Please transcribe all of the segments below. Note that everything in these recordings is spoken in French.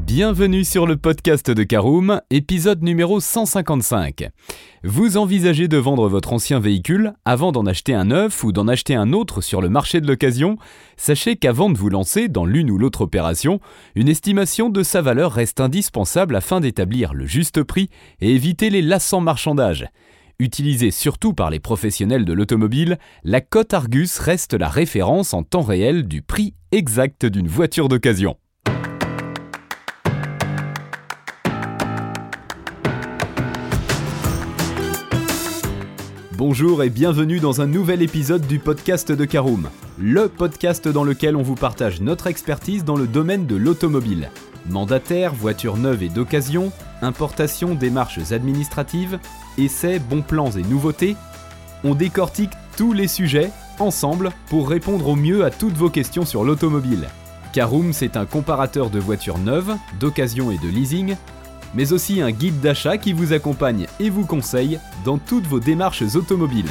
Bienvenue sur le podcast de Caroom, épisode numéro 155. Vous envisagez de vendre votre ancien véhicule avant d'en acheter un neuf ou d'en acheter un autre sur le marché de l'occasion? Sachez qu'avant de vous lancer dans l'une ou l'autre opération, une estimation de sa valeur reste indispensable afin d'établir le juste prix et éviter les lassants marchandages. Utilisée surtout par les professionnels de l'automobile, la cote Argus reste la référence en temps réel du prix exact d'une voiture d'occasion. Bonjour et bienvenue dans un nouvel épisode du podcast de Caroom, le podcast dans lequel on vous partage notre expertise dans le domaine de l'automobile. Mandataire, voitures neuves et d'occasion, importation, démarches administratives, essais, bons plans et nouveautés, on décortique tous les sujets ensemble pour répondre au mieux à toutes vos questions sur l'automobile. Caroom, c'est un comparateur de voitures neuves, d'occasion et de leasing, mais aussi un guide d'achat qui vous accompagne et vous conseille dans toutes vos démarches automobiles.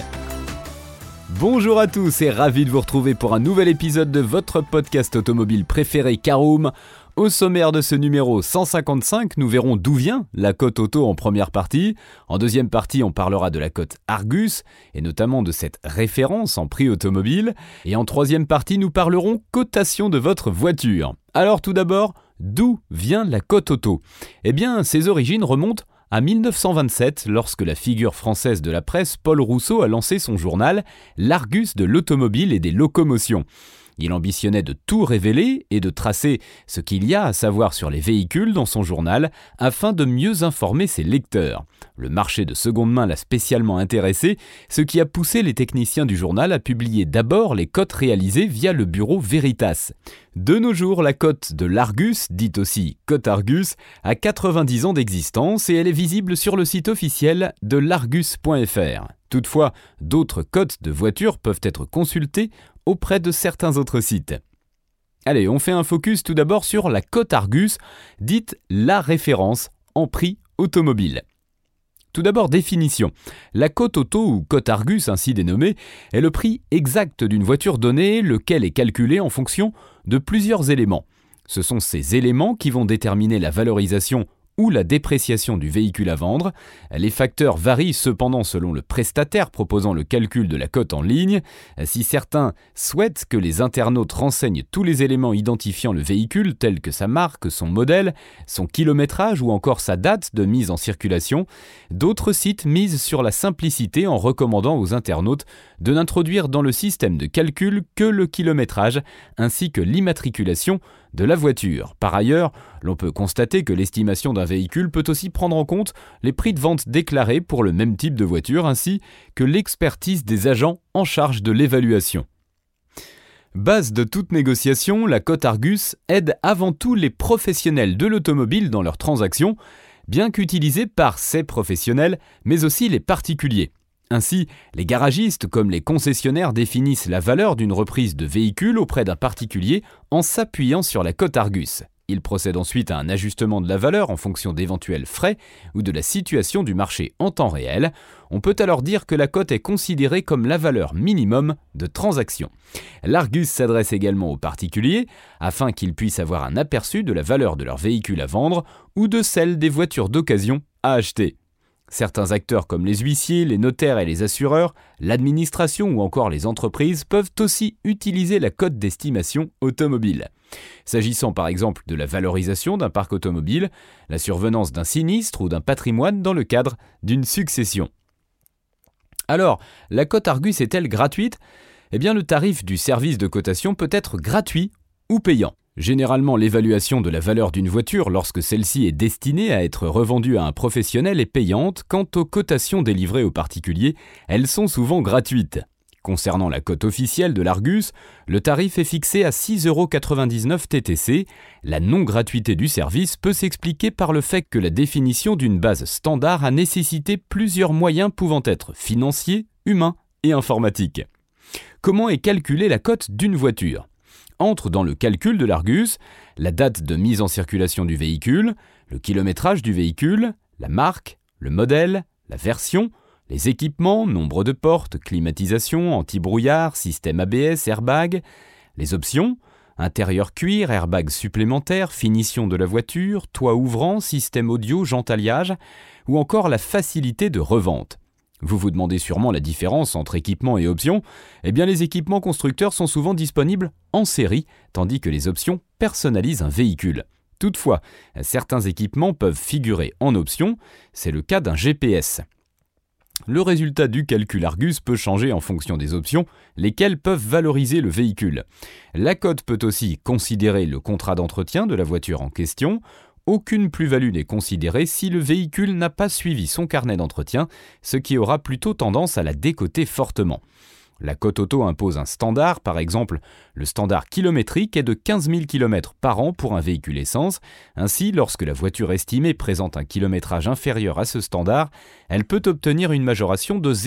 Bonjour à tous et ravi de vous retrouver pour un nouvel épisode de votre podcast automobile préféré Caroom. Au sommaire de ce numéro 155, nous verrons d'où vient la cote auto en première partie. En deuxième partie, on parlera de la cote Argus et notamment de cette référence en prix automobile. Et en troisième partie, nous parlerons cotation de votre voiture. Alors tout d'abord, d'où vient la cote auto ? Eh bien, ses origines remontent à 1927, lorsque la figure française de la presse, Paul Rousseau, a lancé son journal « L'Argus de l'automobile et des locomotions ». Il ambitionnait de tout révéler et de tracer ce qu'il y a à savoir sur les véhicules dans son journal afin de mieux informer ses lecteurs. Le marché de seconde main l'a spécialement intéressé, ce qui a poussé les techniciens du journal à publier d'abord les cotes réalisées via le bureau Veritas. De nos jours, la cote de l'Argus, dite aussi cote Argus, a 90 ans d'existence et elle est visible sur le site officiel de l'argus.fr. Toutefois, d'autres cotes de voitures peuvent être consultées auprès de certains autres sites. Allez, on fait un focus tout d'abord sur la cote Argus, dite la référence en prix automobile. Tout d'abord, définition. La cote auto ou cote Argus ainsi dénommée est le prix exact d'une voiture donnée, lequel est calculé en fonction de plusieurs éléments. Ce sont ces éléments qui vont déterminer la valorisation ou la dépréciation du véhicule à vendre. Les facteurs varient cependant selon le prestataire proposant le calcul de la cote en ligne. Si certains souhaitent que les internautes renseignent tous les éléments identifiant le véhicule, tels que sa marque, son modèle, son kilométrage ou encore sa date de mise en circulation, d'autres sites misent sur la simplicité en recommandant aux internautes de n'introduire dans le système de calcul que le kilométrage ainsi que l'immatriculation de la voiture. Par ailleurs, l'on peut constater que l'estimation d'un véhicule peut aussi prendre en compte les prix de vente déclarés pour le même type de voiture ainsi que l'expertise des agents en charge de l'évaluation. Base de toute négociation, la cote Argus aide avant tout les professionnels de l'automobile dans leurs transactions, bien qu'utilisée par ces professionnels, mais aussi les particuliers. Ainsi, les garagistes comme les concessionnaires définissent la valeur d'une reprise de véhicule auprès d'un particulier en s'appuyant sur la cote Argus. Ils procèdent ensuite à un ajustement de la valeur en fonction d'éventuels frais ou de la situation du marché en temps réel. On peut alors dire que la cote est considérée comme la valeur minimum de transaction. L'Argus s'adresse également aux particuliers afin qu'ils puissent avoir un aperçu de la valeur de leur véhicule à vendre ou de celle des voitures d'occasion à acheter. Certains acteurs comme les huissiers, les notaires et les assureurs, l'administration ou encore les entreprises peuvent aussi utiliser la cote d'estimation automobile. S'agissant par exemple de la valorisation d'un parc automobile, la survenance d'un sinistre ou d'un patrimoine dans le cadre d'une succession. Alors, la cote Argus est-elle gratuite ? Eh bien, le tarif du service de cotation peut être gratuit ou payant. Généralement, l'évaluation de la valeur d'une voiture lorsque celle-ci est destinée à être revendue à un professionnel est payante. Quant aux cotations délivrées aux particuliers, elles sont souvent gratuites. Concernant la cote officielle de l'Argus, le tarif est fixé à 6,99 € TTC. La non-gratuité du service peut s'expliquer par le fait que la définition d'une base standard a nécessité plusieurs moyens pouvant être financiers, humains et informatiques. Comment est calculée la cote d'une voiture ? Entre dans le calcul de l'Argus la date de mise en circulation du véhicule, le kilométrage du véhicule, la marque, le modèle, la version, les équipements, nombre de portes, climatisation, anti-brouillard, système ABS, airbag, les options, Intérieur cuir, airbag supplémentaire, finition de la voiture, toit ouvrant, système audio, jantes-alliage, ou encore la facilité de revente. Vous vous demandez sûrement la différence entre équipements et options. Eh bien, les équipements constructeurs sont souvent disponibles en série, tandis que les options personnalisent un véhicule. Toutefois, certains équipements peuvent figurer en option, c'est le cas d'un GPS. Le résultat du calcul Argus peut changer en fonction des options, lesquelles peuvent valoriser le véhicule. La cote peut aussi considérer le contrat d'entretien de la voiture en question. Aucune plus-value n'est considérée si le véhicule n'a pas suivi son carnet d'entretien, ce qui aura plutôt tendance à la décoter fortement. La cote auto impose un standard, par exemple, le standard kilométrique est de 15 000 km par an pour un véhicule essence. Ainsi, lorsque la voiture estimée présente un kilométrage inférieur à ce standard, elle peut obtenir une majoration de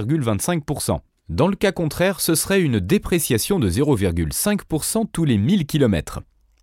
0,25%. Dans le cas contraire, ce serait une dépréciation de 0,5% tous les 1000 km.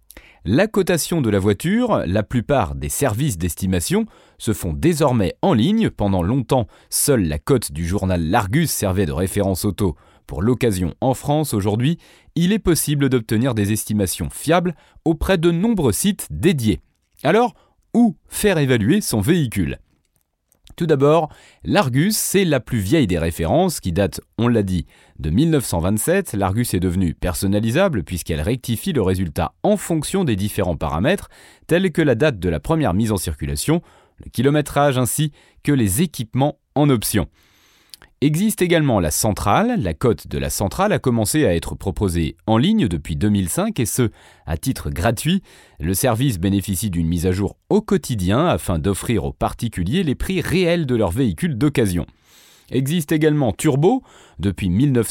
La cotation de la voiture, la plupart des services d'estimation se font désormais en ligne. Pendant longtemps, seule la cote du journal L'Argus servait de référence auto. Pour l'occasion en France, aujourd'hui, il est possible d'obtenir des estimations fiables auprès de nombreux sites dédiés. Alors, où faire évaluer son véhicule ? Tout d'abord, l'Argus, c'est la plus vieille des références qui date, on l'a dit, de 1927. L'Argus est devenue personnalisable puisqu'elle rectifie le résultat en fonction des différents paramètres tels que la date de la première mise en circulation, le kilométrage ainsi que les équipements en option. Existe également la centrale. La cote de la centrale a commencé à être proposée en ligne depuis 2005 et ce, à titre gratuit. Le service bénéficie d'une mise à jour au quotidien afin d'offrir aux particuliers les prix réels de leurs véhicules d'occasion. Existe également Turbo. Depuis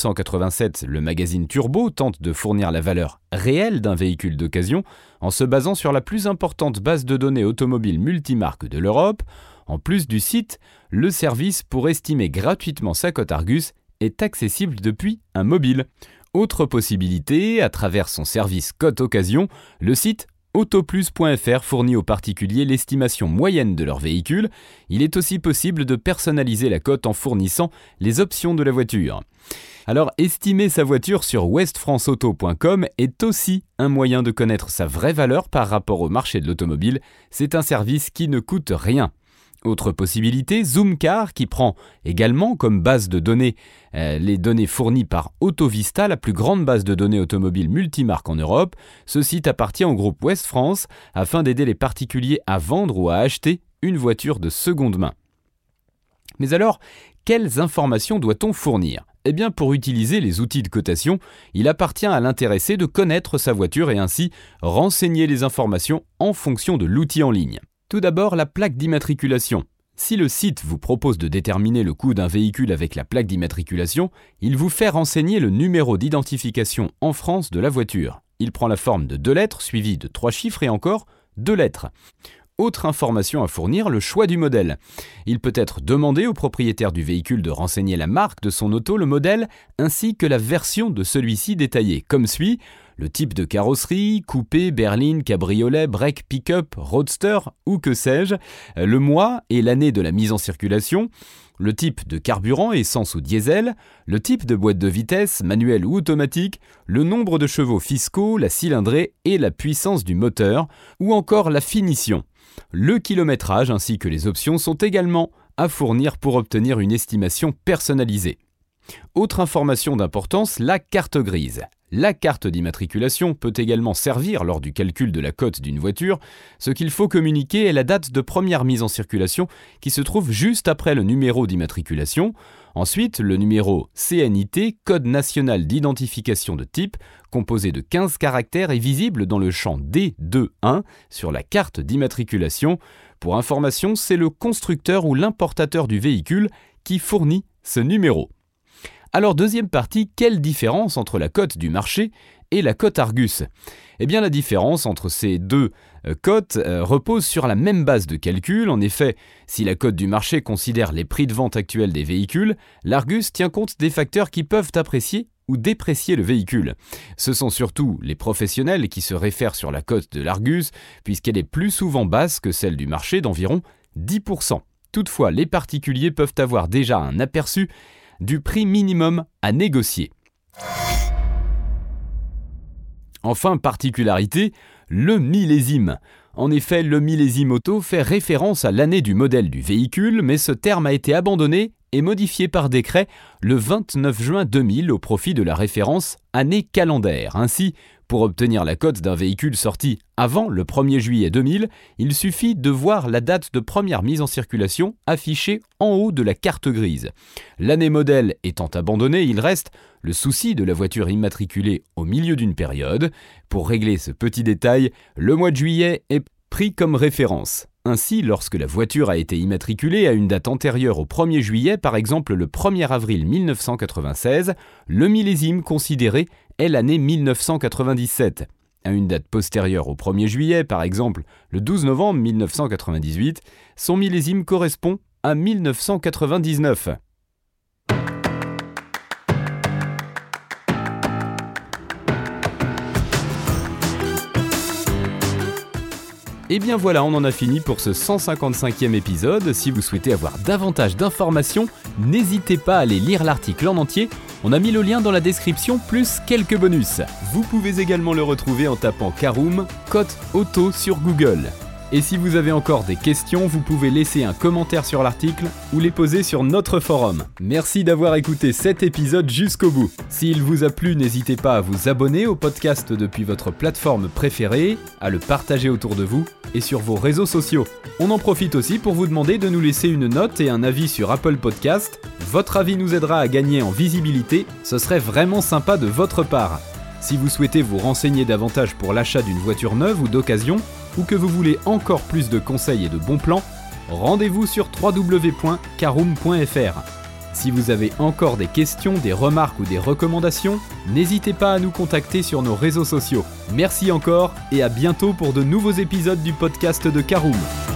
1987, le magazine Turbo tente de fournir la valeur réelle d'un véhicule d'occasion en se basant sur la plus importante base de données automobile multimarque de l'Europe. En plus du site, le service pour estimer gratuitement sa cote Argus est accessible depuis un mobile. Autre possibilité, à travers son service Cote Occasion, le site autoplus.fr fournit aux particuliers l'estimation moyenne de leur véhicule. Il est aussi possible de personnaliser la cote en fournissant les options de la voiture. Alors, estimer sa voiture sur westfranceauto.com est aussi un moyen de connaître sa vraie valeur par rapport au marché de l'automobile. C'est un service qui ne coûte rien. Autre possibilité, Zoomcar qui prend également comme base de données les données fournies par Autovista, la plus grande base de données automobile multimarque en Europe. Ce site appartient au groupe West France afin d'aider les particuliers à vendre ou à acheter une voiture de seconde main. Mais alors, quelles informations doit-on fournir ? Eh bien, pour utiliser les outils de cotation, il appartient à l'intéressé de connaître sa voiture et ainsi renseigner les informations en fonction de l'outil en ligne. Tout d'abord, la plaque d'immatriculation. Si le site vous propose de déterminer le coût d'un véhicule avec la plaque d'immatriculation, il vous fait renseigner le numéro d'identification en France de la voiture. Il prend la forme de 2 lettres suivies de 3 chiffres et encore 2 lettres. Autre information à fournir, le choix du modèle. Il peut être demandé au propriétaire du véhicule de renseigner la marque de son auto, le modèle, ainsi que la version de celui-ci détaillée, comme suit: le type de carrosserie, coupé, berline, cabriolet, break, pick-up, roadster ou que sais-je, le mois et l'année de la mise en circulation, le type de carburant, essence ou diesel, le type de boîte de vitesse, manuelle ou automatique, le nombre de chevaux fiscaux, la cylindrée et la puissance du moteur, ou encore la finition. Le kilométrage ainsi que les options sont également à fournir pour obtenir une estimation personnalisée. Autre information d'importance, la carte grise. La carte d'immatriculation peut également servir lors du calcul de la cote d'une voiture. Ce qu'il faut communiquer est la date de première mise en circulation qui se trouve juste après le numéro d'immatriculation. Ensuite, le numéro CNIT, Code national d'identification de type, composé de 15 caractères est visible dans le champ D21 sur la carte d'immatriculation. Pour information, c'est le constructeur ou l'importateur du véhicule qui fournit ce numéro. Alors deuxième partie, quelle différence entre la cote du marché et la cote Argus ? Eh bien la différence entre ces deux cotes repose sur la même base de calcul. En effet, si la cote du marché considère les prix de vente actuels des véhicules, l'Argus tient compte des facteurs qui peuvent apprécier ou déprécier le véhicule. Ce sont surtout les professionnels qui se réfèrent sur la cote de l'Argus, puisqu'elle est plus souvent basse que celle du marché d'environ 10%. Toutefois, les particuliers peuvent avoir déjà un aperçu du prix minimum à négocier. Enfin, particularité, le millésime. En effet, le millésime auto fait référence à l'année du modèle du véhicule, mais ce terme a été abandonné et modifié par décret le 29 juin 2000 au profit de la référence année calendaire. Ainsi, pour obtenir la cote d'un véhicule sorti avant le 1er juillet 2000, il suffit de voir la date de première mise en circulation affichée en haut de la carte grise. L'année modèle étant abandonnée, il reste le souci de la voiture immatriculée au milieu d'une période. Pour régler ce petit détail, le mois de juillet est pris comme référence. Ainsi, lorsque la voiture a été immatriculée à une date antérieure au 1er juillet, par exemple le 1er avril 1996, le millésime considéré est l'année 1997. À une date postérieure au 1er juillet, par exemple le 12 novembre 1998, son millésime correspond à 1999. Et bien voilà, on en a fini pour ce 155e épisode. Si vous souhaitez avoir davantage d'informations, n'hésitez pas à aller lire l'article en entier. On a mis le lien dans la description, plus quelques bonus. Vous pouvez également le retrouver en tapant Caroom, cote auto sur Google. Et si vous avez encore des questions, vous pouvez laisser un commentaire sur l'article ou les poser sur notre forum. Merci d'avoir écouté cet épisode jusqu'au bout. S'il vous a plu, n'hésitez pas à vous abonner au podcast depuis votre plateforme préférée, à le partager autour de vous et sur vos réseaux sociaux. On en profite aussi pour vous demander de nous laisser une note et un avis sur Apple Podcast. Votre avis nous aidera à gagner en visibilité, ce serait vraiment sympa de votre part. Si vous souhaitez vous renseigner davantage pour l'achat d'une voiture neuve ou d'occasion, ou que vous voulez encore plus de conseils et de bons plans, rendez-vous sur www.caroom.fr. Si vous avez encore des questions, des remarques ou des recommandations, n'hésitez pas à nous contacter sur nos réseaux sociaux. Merci encore et à bientôt pour de nouveaux épisodes du podcast de Caroom.